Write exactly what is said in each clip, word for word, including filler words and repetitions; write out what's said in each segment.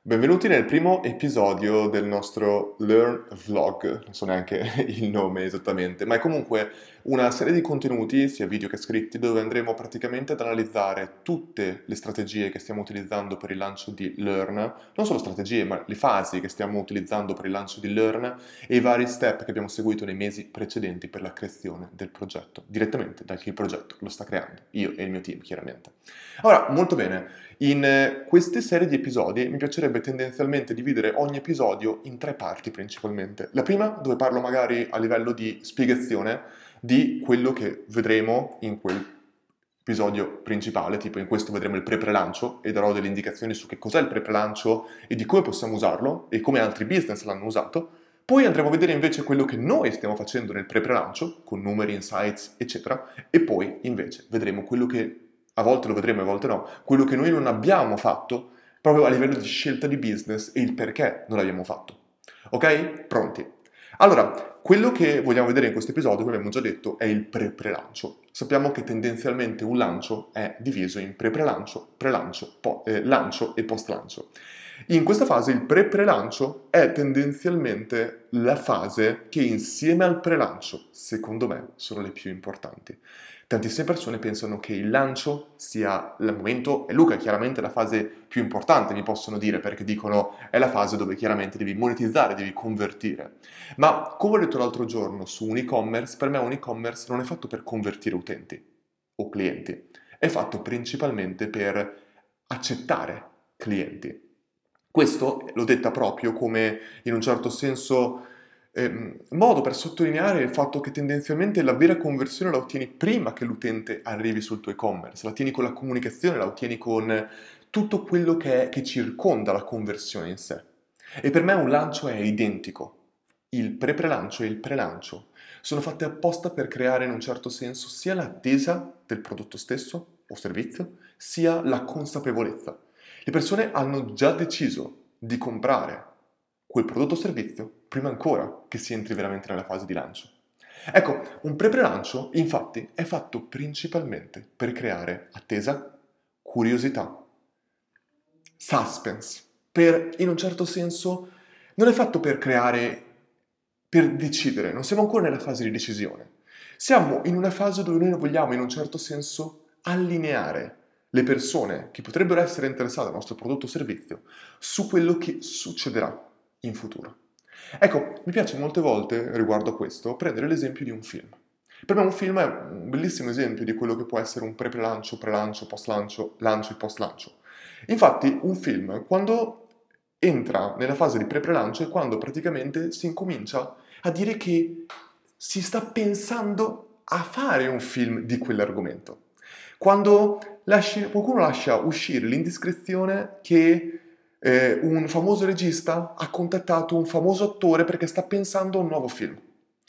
Benvenuti nel primo episodio del nostro Learn Vlog, non so neanche il nome esattamente, ma è comunque una serie di contenuti, sia video che scritti, dove andremo praticamente ad analizzare tutte le strategie che stiamo utilizzando per il lancio di Learn, non solo strategie, ma le fasi che stiamo utilizzando per il lancio di Learn e i vari step che abbiamo seguito nei mesi precedenti per la creazione del progetto, direttamente da chi il progetto lo sta creando, io e il mio team chiaramente. Ora, molto bene. In eh, queste serie di episodi mi piacerebbe tendenzialmente dividere ogni episodio in tre parti principalmente. La prima dove parlo magari a livello di spiegazione di quello che vedremo in quel episodio principale, tipo in questo vedremo il pre-prelancio e darò delle indicazioni su che cos'è il pre-prelancio e di come possiamo usarlo e come altri business l'hanno usato. Poi andremo a vedere invece quello che noi stiamo facendo nel pre-prelancio, con numeri, insights, eccetera, e poi invece vedremo quello che a volte lo vedremo, a volte no, quello che noi non abbiamo fatto proprio a livello di scelta di business e il perché non l'abbiamo fatto. Ok? Pronti? Allora, quello che vogliamo vedere in questo episodio, come abbiamo già detto, è il pre-prelancio. Sappiamo che tendenzialmente un lancio è diviso in pre-prelancio, prelancio, po- eh, lancio e post-lancio. In questa fase il pre-prelancio è tendenzialmente la fase che insieme al prelancio, secondo me, sono le più importanti. Tantissime persone pensano che il lancio sia il momento, e Luca è chiaramente la fase più importante, mi possono dire, perché dicono è la fase dove chiaramente devi monetizzare, devi convertire. Ma come ho detto l'altro giorno su un e-commerce, per me un e-commerce non è fatto per convertire utenti o clienti, è fatto principalmente per accettare clienti. Questo l'ho detta proprio come, in un certo senso, ehm, modo per sottolineare il fatto che tendenzialmente la vera conversione la ottieni prima che l'utente arrivi sul tuo e-commerce, la ottieni con la comunicazione, la ottieni con tutto quello che, è, che circonda la conversione in sé. E per me un lancio è identico. Il pre-prelancio e il prelancio sono fatte apposta per creare in un certo senso sia l'attesa del prodotto stesso o servizio, sia la consapevolezza. Le persone hanno già deciso di comprare quel prodotto o servizio prima ancora che si entri veramente nella fase di lancio. Ecco, un pre-prelancio infatti è fatto principalmente per creare attesa, curiosità, suspense, per in un certo senso non è fatto per creare, per decidere, non siamo ancora nella fase di decisione. Siamo in una fase dove noi vogliamo in un certo senso allineare le persone che potrebbero essere interessate al nostro prodotto o servizio su quello che succederà in futuro. Ecco, mi piace molte volte, riguardo a questo, prendere l'esempio di un film. Per me un film è un bellissimo esempio di quello che può essere un pre-prelancio, pre-lancio, post-lancio, lancio e post-lancio. Infatti, un film, quando entra nella fase di pre-prelancio, è quando praticamente si incomincia a dire che si sta pensando a fare un film di quell'argomento. Quando lasci- qualcuno lascia uscire l'indiscrezione che eh, un famoso regista ha contattato un famoso attore perché sta pensando a un nuovo film.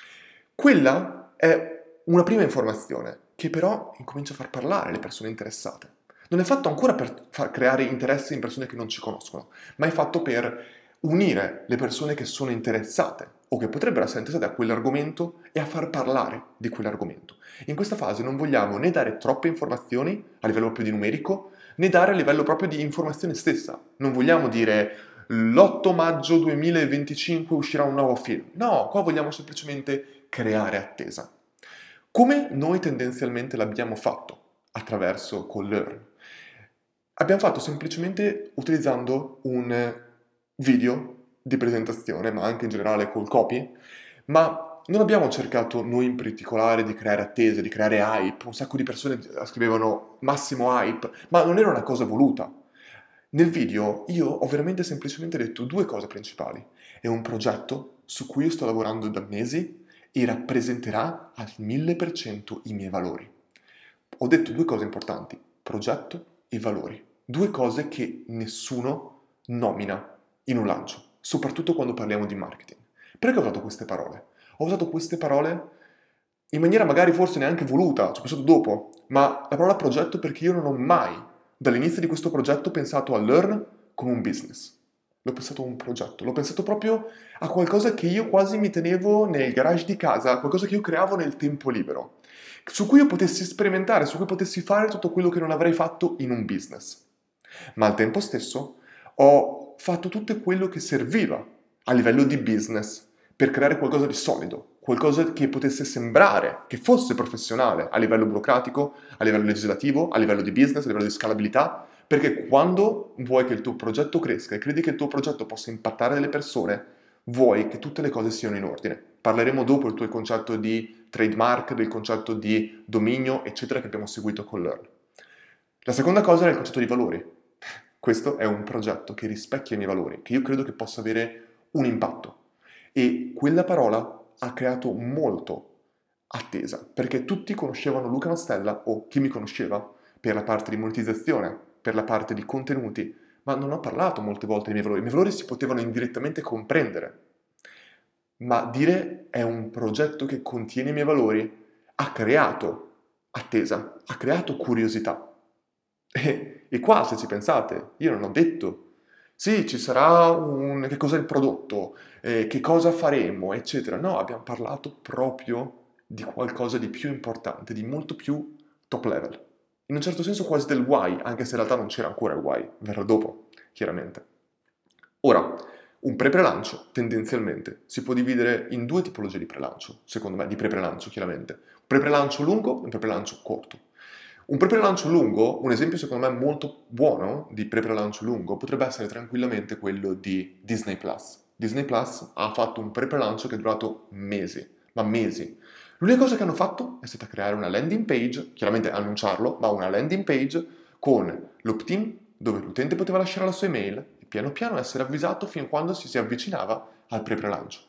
Quella è una prima informazione che però incomincia a far parlare le persone interessate. Non è fatto ancora per far creare interesse in persone che non ci conoscono, ma è fatto per unire le persone che sono interessate o che potrebbero essere interessate a quell'argomento e a far parlare di quell'argomento. In questa fase non vogliamo né dare troppe informazioni a livello proprio di numerico, né dare a livello proprio di informazione stessa. Non vogliamo dire l'otto maggio duemilaventicinque uscirà un nuovo film. No, qua vogliamo semplicemente creare attesa. Come noi tendenzialmente l'abbiamo fatto attraverso con Learn? Abbiamo fatto semplicemente utilizzando un video di presentazione, ma anche in generale col copy, ma non abbiamo cercato noi in particolare di creare attese, di creare hype. Un sacco di persone scrivevano massimo hype, ma non era una cosa voluta. Nel video io ho veramente semplicemente detto due cose principali. È un progetto su cui io sto lavorando da mesi e rappresenterà al mille per cento i miei valori. Ho detto due cose importanti, progetto e valori. Due cose che nessuno nomina in un lancio, soprattutto quando parliamo di marketing. Perché ho usato queste parole? Ho usato queste parole in maniera magari forse neanche voluta, ci ho pensato dopo, ma la parola progetto perché io non ho mai, dall'inizio di questo progetto, pensato a Learn come un business. L'ho pensato a un progetto, l'ho pensato proprio a qualcosa che io quasi mi tenevo nel garage di casa, qualcosa che io creavo nel tempo libero, su cui io potessi sperimentare, su cui potessi fare tutto quello che non avrei fatto in un business. Ma al tempo stesso ho fatto tutto quello che serviva a livello di business per creare qualcosa di solido, qualcosa che potesse sembrare che fosse professionale a livello burocratico, a livello legislativo, a livello di business, a livello di scalabilità, perché quando vuoi che il tuo progetto cresca e credi che il tuo progetto possa impattare delle persone, vuoi che tutte le cose siano in ordine. Parleremo dopo del tuo concetto di trademark, del concetto di dominio, eccetera, che abbiamo seguito con Learn. La seconda cosa è il concetto di valori. Questo è un progetto che rispecchia i miei valori, che io credo che possa avere un impatto. E quella parola ha creato molto attesa, perché tutti conoscevano Luca Mastella, o chi mi conosceva, per la parte di monetizzazione, per la parte di contenuti, ma non ho parlato molte volte dei miei valori. I miei valori si potevano indirettamente comprendere, ma dire è un progetto che contiene i miei valori ha creato attesa, ha creato curiosità. E, e qua, se ci pensate, io non ho detto sì, ci sarà un... che cos'è il prodotto, eh, che cosa faremo, eccetera. No, abbiamo parlato proprio di qualcosa di più importante, di molto più top level. In un certo senso quasi del why, anche se in realtà non c'era ancora il why, verrà dopo, chiaramente. Ora, un pre-prelancio tendenzialmente si può dividere in due tipologie di prelancio, secondo me, di pre-prelancio chiaramente. Un pre-prelancio lungo e un pre-prelancio corto. Un pre-prelancio lungo, un esempio secondo me molto buono di pre-prelancio lungo, potrebbe essere tranquillamente quello di Disney Plus. Disney Plus ha fatto un pre-prelancio che è durato mesi, ma mesi. L'unica cosa che hanno fatto è stata creare una landing page, chiaramente annunciarlo, ma una landing page con l'opt-in dove l'utente poteva lasciare la sua email e piano piano essere avvisato fin quando si, si avvicinava al pre-prelancio.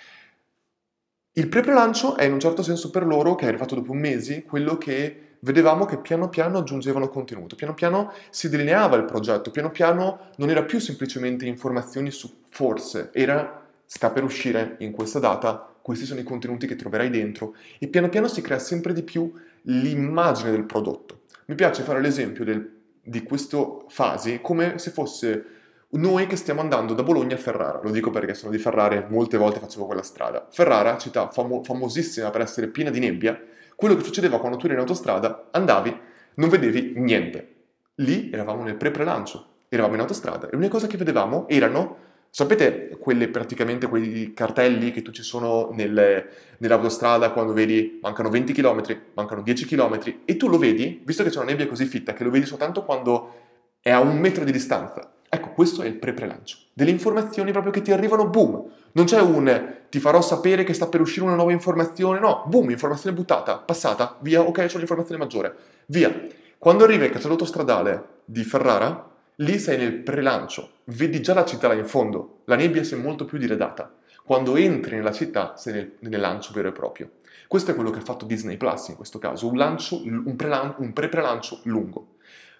Il pre-prelancio è in un certo senso per loro, che è arrivato dopo mesi, quello che vedevamo che piano piano aggiungevano contenuto, piano piano si delineava il progetto, piano piano non era più semplicemente informazioni su forse, era sta per uscire in questa data, questi sono i contenuti che troverai dentro e piano piano si crea sempre di più l'immagine del prodotto. Mi piace fare l'esempio del, di questa fase come se fosse noi che stiamo andando da Bologna a Ferrara, lo dico perché sono di Ferrara e molte volte facevo quella strada. Ferrara, città famo- famosissima per essere piena di nebbia, quello che succedeva quando tu eri in autostrada, andavi, non vedevi niente. Lì eravamo nel pre-prelancio, eravamo in autostrada e l'unica cosa che vedevamo erano, sapete, quelle praticamente quei cartelli che tu ci sono nelle, nell'autostrada quando vedi mancano venti chilometri, mancano dieci chilometri e tu lo vedi, visto che c'è una nebbia così fitta che lo vedi soltanto quando è a un metro di distanza. Ecco, questo è il pre-prelancio. Delle informazioni proprio che ti arrivano, boom. Non c'è un ti farò sapere che sta per uscire una nuova informazione, no, boom, informazione buttata, passata, via, ok, c'ho l'informazione maggiore, via. Quando arrivi al cancello autostradale di Ferrara, lì sei nel pre-lancio, vedi già la città là in fondo, la nebbia si è molto più diradata. Quando entri nella città sei nel, nel lancio vero e proprio. Questo è quello che ha fatto Disney Plus in questo caso, un, lancio, un, pre-lan- un pre-prelancio lungo.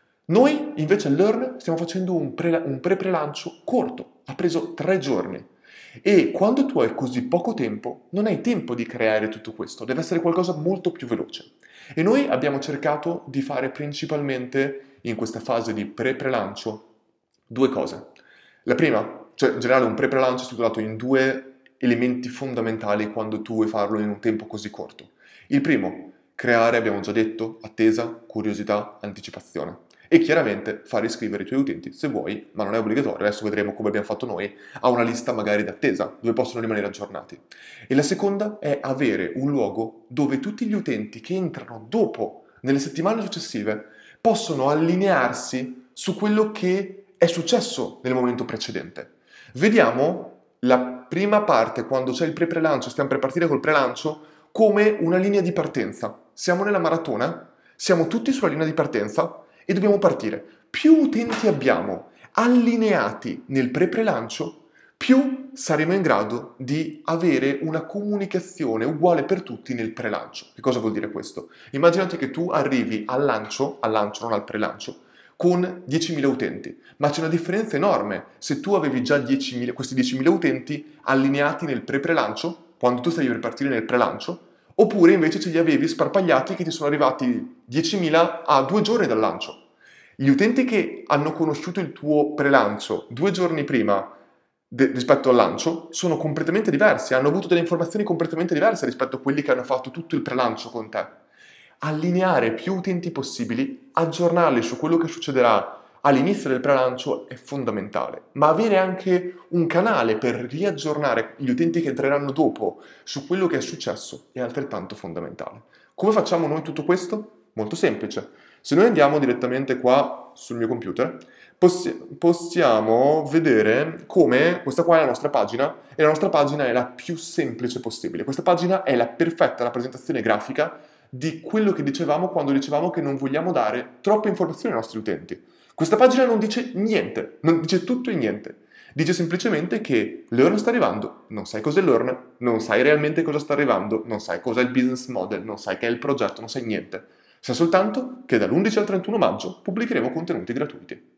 Noi invece a Learn stiamo facendo un, pre, un pre-prelancio corto, ha preso tre giorni. E quando tu hai così poco tempo, non hai tempo di creare tutto questo, deve essere qualcosa molto più veloce. E noi abbiamo cercato di fare principalmente in questa fase di pre-prelancio due cose. La prima, cioè in generale un pre-prelancio è strutturato in due elementi fondamentali quando tu vuoi farlo in un tempo così corto. Il primo, creare, abbiamo già detto, attesa, curiosità, anticipazione. E chiaramente far iscrivere i tuoi utenti, se vuoi, ma non è obbligatorio, adesso vedremo come abbiamo fatto noi, a una lista magari d'attesa, dove possono rimanere aggiornati. E la seconda è avere un luogo dove tutti gli utenti che entrano dopo, nelle settimane successive, possono allinearsi su quello che è successo nel momento precedente. Vediamo la prima parte, quando c'è il pre-prelancio, stiamo per partire col pre-lancio, come una linea di partenza. Siamo nella maratona, siamo tutti sulla linea di partenza, e dobbiamo partire. Più utenti abbiamo allineati nel pre-prelancio, più saremo in grado di avere una comunicazione uguale per tutti nel pre-lancio. Che cosa vuol dire questo? Immaginate che tu arrivi al lancio, al lancio, non al pre-lancio, con diecimila utenti, ma c'è una differenza enorme se tu avevi già diecimila, questi diecimila utenti allineati nel pre-prelancio, quando tu stavi per partire nel pre-lancio, oppure invece ce li avevi sparpagliati che ti sono arrivati diecimila a due giorni dal lancio. Gli utenti che hanno conosciuto il tuo pre-lancio due giorni prima de- rispetto al lancio sono completamente diversi, hanno avuto delle informazioni completamente diverse rispetto a quelli che hanno fatto tutto il pre-lancio con te. Allineare più utenti possibili, aggiornarli su quello che succederà all'inizio del pre-lancio è fondamentale, ma avere anche un canale per riaggiornare gli utenti che entreranno dopo su quello che è successo è altrettanto fondamentale. Come facciamo noi tutto questo? Molto semplice. Se noi andiamo direttamente qua sul mio computer, possi- possiamo vedere come questa qua è la nostra pagina e la nostra pagina è la più semplice possibile. Questa pagina è la perfetta rappresentazione grafica di quello che dicevamo quando dicevamo che non vogliamo dare troppe informazioni ai nostri utenti. Questa pagina non dice niente, non dice tutto e niente. Dice semplicemente che Learn sta arrivando, non sai cos'è Learn, non sai realmente cosa sta arrivando, non sai cos'è il business model, non sai che è il progetto, non sai niente. Sai soltanto che dall'undici al trentuno maggio pubblicheremo contenuti gratuiti.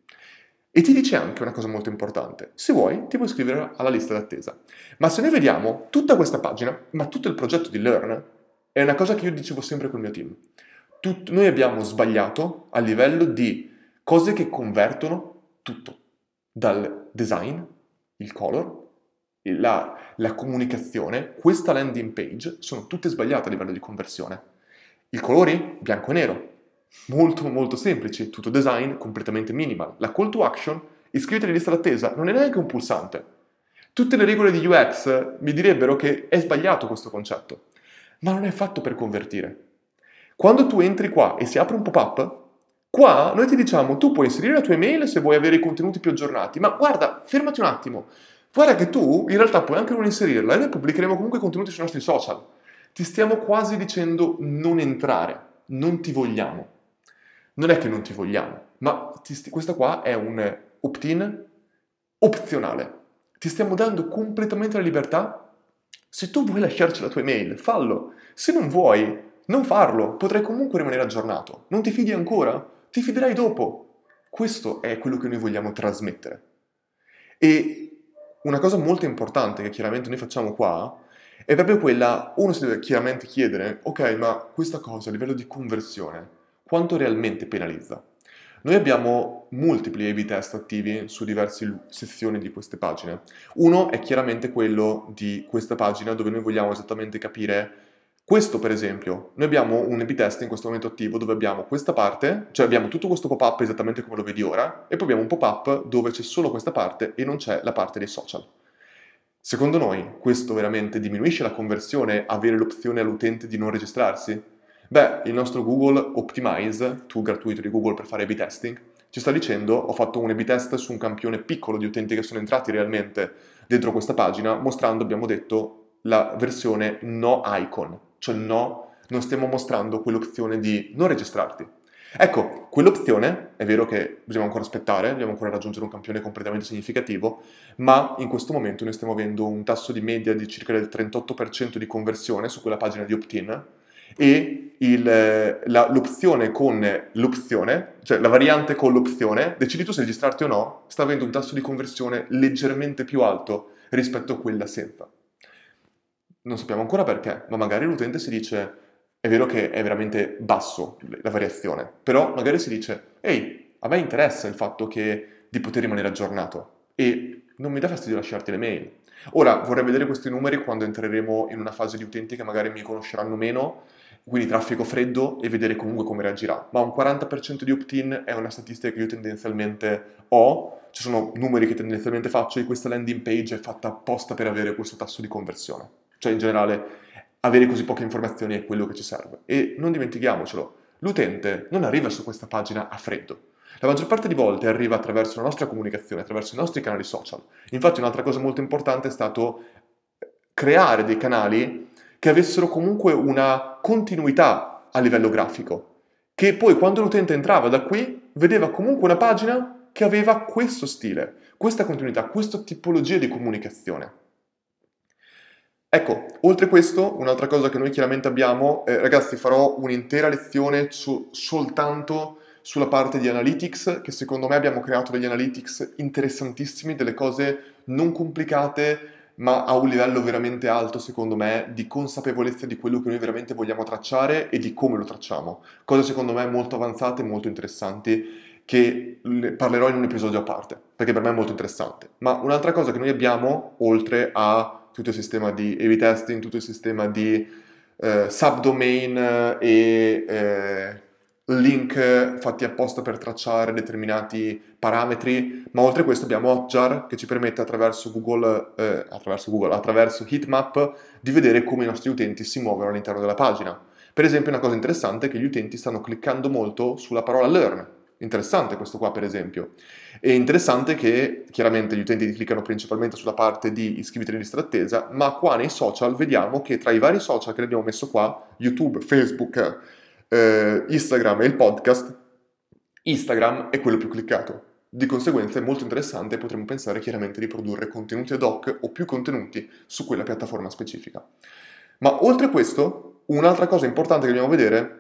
E ti dice anche una cosa molto importante, se vuoi ti puoi iscrivere alla lista d'attesa. Ma se noi vediamo tutta questa pagina, ma tutto il progetto di Learn, è una cosa che io dicevo sempre col mio team. Tut- noi abbiamo sbagliato a livello di cose che convertono tutto, dal design, il color, la, la comunicazione, questa landing page sono tutte sbagliate a livello di conversione. I colori, bianco e nero, molto molto semplici, tutto design completamente minimal. La call to action, iscriviti alla lista d'attesa, non è neanche un pulsante. Tutte le regole di U X mi direbbero che è sbagliato questo concetto, ma non è fatto per convertire. Quando tu entri qua e si apre un pop-up, qua noi ti diciamo tu puoi inserire la tua email se vuoi avere i contenuti più aggiornati, ma guarda, fermati un attimo, guarda che tu in realtà puoi anche non inserirla e noi pubblicheremo comunque contenuti sui nostri social. Ti stiamo quasi dicendo non entrare, non ti vogliamo. Non è che non ti vogliamo, ma ti sti- questa qua è un opt-in opzionale. Ti stiamo dando completamente la libertà. Se tu vuoi lasciarci la tua email, fallo. Se non vuoi, non farlo. Potrai comunque rimanere aggiornato. Non ti fidi ancora? Ti fiderai dopo. Questo è quello che noi vogliamo trasmettere. E una cosa molto importante che chiaramente noi facciamo qua è proprio quella, uno si deve chiaramente chiedere, ok, ma questa cosa a livello di conversione, quanto realmente penalizza? Noi abbiamo multipli A B test attivi su diverse lu- sezioni di queste pagine. Uno è chiaramente quello di questa pagina dove noi vogliamo esattamente capire questo, per esempio. Noi abbiamo un A B test in questo momento attivo dove abbiamo questa parte, cioè abbiamo tutto questo pop-up esattamente come lo vedi ora, e poi abbiamo un pop-up dove c'è solo questa parte e non c'è la parte dei social. Secondo noi questo veramente diminuisce la conversione, avere l'opzione all'utente di non registrarsi? Beh, il nostro Google Optimize, tool gratuito di Google per fare A B testing, ci sta dicendo, ho fatto un A B test su un campione piccolo di utenti che sono entrati realmente dentro questa pagina, mostrando, abbiamo detto, la versione no icon, cioè no, non stiamo mostrando quell'opzione di non registrarti. Ecco, quell'opzione, è vero che bisogna ancora aspettare, dobbiamo ancora raggiungere un campione completamente significativo, ma in questo momento noi stiamo avendo un tasso di media di circa del trentotto per cento di conversione su quella pagina di opt-in e il- la- l'opzione con l'opzione, cioè la variante con l'opzione, decidi tu se registrarti o no, sta avendo un tasso di conversione leggermente più alto rispetto a quella senza. Non sappiamo ancora perché, ma magari l'utente si dice, è vero che è veramente basso la variazione, però magari si dice, ehi, a me interessa il fatto che di poter rimanere aggiornato e non mi dà fastidio lasciarti le mail. Ora vorrei vedere questi numeri quando entreremo in una fase di utenti che magari mi conosceranno meno, quindi traffico freddo e vedere comunque come reagirà. Ma un quaranta per cento di opt-in è una statistica che io tendenzialmente ho, ci sono numeri che tendenzialmente faccio e questa landing page è fatta apposta per avere questo tasso di conversione. Cioè in generale avere così poche informazioni è quello che ci serve. E non dimentichiamocelo, l'utente non arriva su questa pagina a freddo. La maggior parte di volte arriva attraverso la nostra comunicazione, attraverso i nostri canali social. Infatti un'altra cosa molto importante è stato creare dei canali che avessero comunque una continuità a livello grafico, che poi quando l'utente entrava da qui vedeva comunque una pagina che aveva questo stile, questa continuità, questa tipologia di comunicazione. Ecco, oltre questo, un'altra cosa che noi chiaramente abbiamo, eh, ragazzi, farò un'intera lezione su- soltanto sulla parte di analytics, che secondo me abbiamo creato degli analytics interessantissimi, delle cose non complicate, ma a un livello veramente alto, secondo me, di consapevolezza di quello che noi veramente vogliamo tracciare e di come lo tracciamo. Cose secondo me molto avanzate e molto interessanti che le parlerò in un episodio a parte, perché per me è molto interessante. Ma un'altra cosa che noi abbiamo, oltre a tutto il sistema di A B testing, tutto il sistema di eh, subdomain e eh, link fatti apposta per tracciare determinati parametri, ma oltre a questo abbiamo Hotjar che ci permette attraverso Google, eh, attraverso Google, attraverso Heatmap di vedere come i nostri utenti si muovono all'interno della pagina. Per esempio una cosa interessante è che gli utenti stanno cliccando molto sulla parola learn. Interessante questo qua per esempio. È interessante che chiaramente gli utenti cliccano principalmente sulla parte di iscriviti in lista d'attesa, ma qua nei social vediamo che tra i vari social che abbiamo messo qua, YouTube, Facebook, eh, Instagram e il podcast, Instagram è quello più cliccato. Di conseguenza è molto interessante e potremmo pensare chiaramente di produrre contenuti ad hoc o più contenuti su quella piattaforma specifica. Ma oltre a questo, un'altra cosa importante che dobbiamo vedere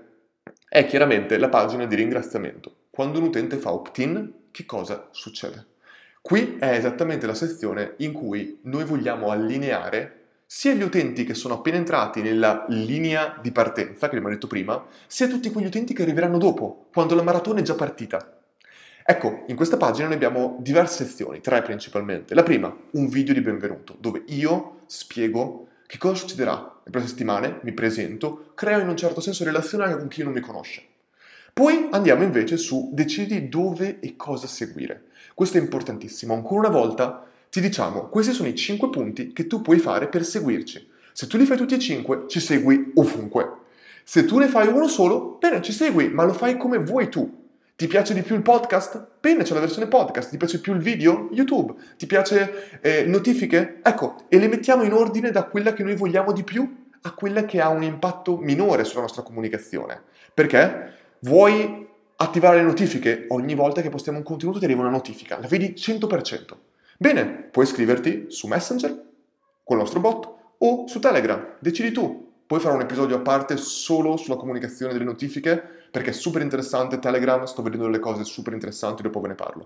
è chiaramente la pagina di ringraziamento. Quando un utente fa opt-in, che cosa succede? Qui è esattamente la sezione in cui noi vogliamo allineare sia gli utenti che sono appena entrati nella linea di partenza, che abbiamo detto prima, sia tutti quegli utenti che arriveranno dopo, quando la maratona è già partita. Ecco, in questa pagina noi abbiamo diverse sezioni, tre principalmente. La prima, un video di benvenuto, dove io spiego che cosa succederà le prossime settimane, mi presento, creo in un certo senso relazione anche con chi non mi conosce. Poi andiamo invece su decidi dove e cosa seguire. Questo è importantissimo. Ancora una volta ti diciamo, questi sono i cinque punti che tu puoi fare per seguirci. Se tu li fai tutti e cinque, ci segui ovunque. Se tu ne fai uno solo, bene, ci segui, ma lo fai come vuoi tu. Ti piace di più il podcast? Bene, c'è la versione podcast. Ti piace più il video? YouTube. Ti piace eh, notifiche? Ecco, e le mettiamo in ordine da quella che noi vogliamo di più a quella che ha un impatto minore sulla nostra comunicazione. Perché? Vuoi attivare le notifiche? Ogni volta che postiamo un contenuto ti arriva una notifica. La vedi cento per cento. Bene, puoi iscriverti su Messenger con il nostro bot o su Telegram. Decidi tu. Puoi fare un episodio a parte solo sulla comunicazione delle notifiche, perché è super interessante Telegram, sto vedendo delle cose super interessanti, dopo ve ne parlo.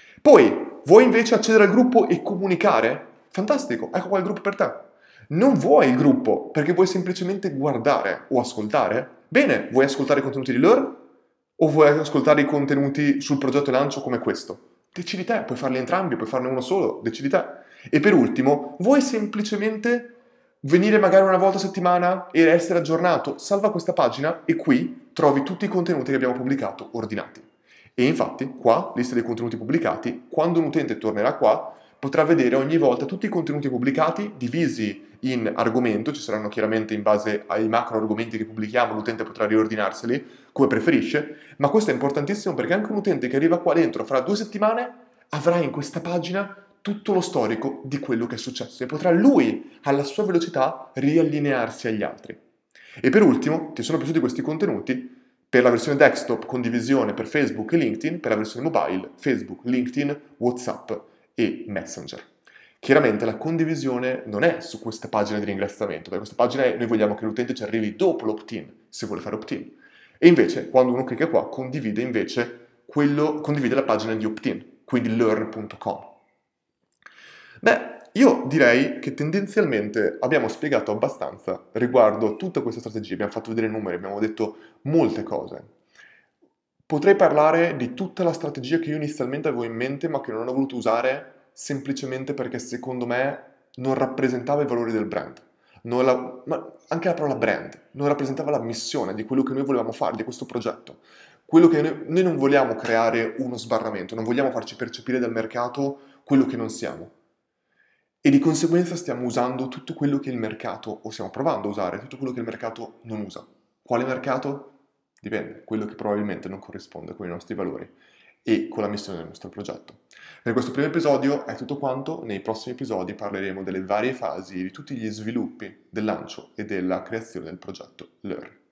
Poi, vuoi invece accedere al gruppo e comunicare? Fantastico, ecco qua il gruppo per te. Non vuoi il gruppo perché vuoi semplicemente guardare o ascoltare? Bene, vuoi ascoltare i contenuti di loro? O vuoi ascoltare i contenuti sul progetto lancio come questo? Decidi te, puoi farli entrambi, puoi farne uno solo, decidi te. E per ultimo, vuoi semplicemente venire magari una volta a settimana e essere aggiornato? Salva questa pagina e qui trovi tutti i contenuti che abbiamo pubblicato ordinati. E infatti, qua, lista dei contenuti pubblicati, quando un utente tornerà qua, potrà vedere ogni volta tutti i contenuti pubblicati divisi in argomento, ci saranno chiaramente in base ai macro argomenti che pubblichiamo, l'utente potrà riordinarseli come preferisce, ma questo è importantissimo perché anche un utente che arriva qua dentro fra due settimane avrà in questa pagina tutto lo storico di quello che è successo e potrà lui, alla sua velocità, riallinearsi agli altri. E per ultimo, ti sono piaciuti questi contenuti? Per la versione desktop, condivisione per Facebook e LinkedIn, per la versione mobile, Facebook, LinkedIn, WhatsApp e Messenger. Chiaramente la condivisione non è su questa pagina di ringraziamento, perché questa pagina è, noi vogliamo che l'utente ci arrivi dopo l'opt-in, se vuole fare opt-in. E invece, quando uno clicca qua, condivide invece quello, condivide la pagina di opt-in, quindi learn punto com. Beh, io direi che tendenzialmente abbiamo spiegato abbastanza riguardo tutta questa strategia, abbiamo fatto vedere numeri, abbiamo detto molte cose. Potrei parlare di tutta la strategia che io inizialmente avevo in mente, ma che non ho voluto usare semplicemente perché secondo me non rappresentava i valori del brand. Non la, ma anche la parola brand non rappresentava la missione di quello che noi volevamo fare, di questo progetto. Quello che noi, noi non vogliamo creare uno sbarramento, non vogliamo farci percepire dal mercato quello che non siamo. E di conseguenza stiamo usando tutto quello che il mercato, o stiamo provando a usare tutto quello che il mercato non usa. Quale mercato? Dipende, quello che probabilmente non corrisponde con i nostri valori e con la missione del nostro progetto. Per questo primo episodio è tutto quanto, nei prossimi episodi parleremo delle varie fasi di tutti gli sviluppi del lancio e della creazione del progetto Learn.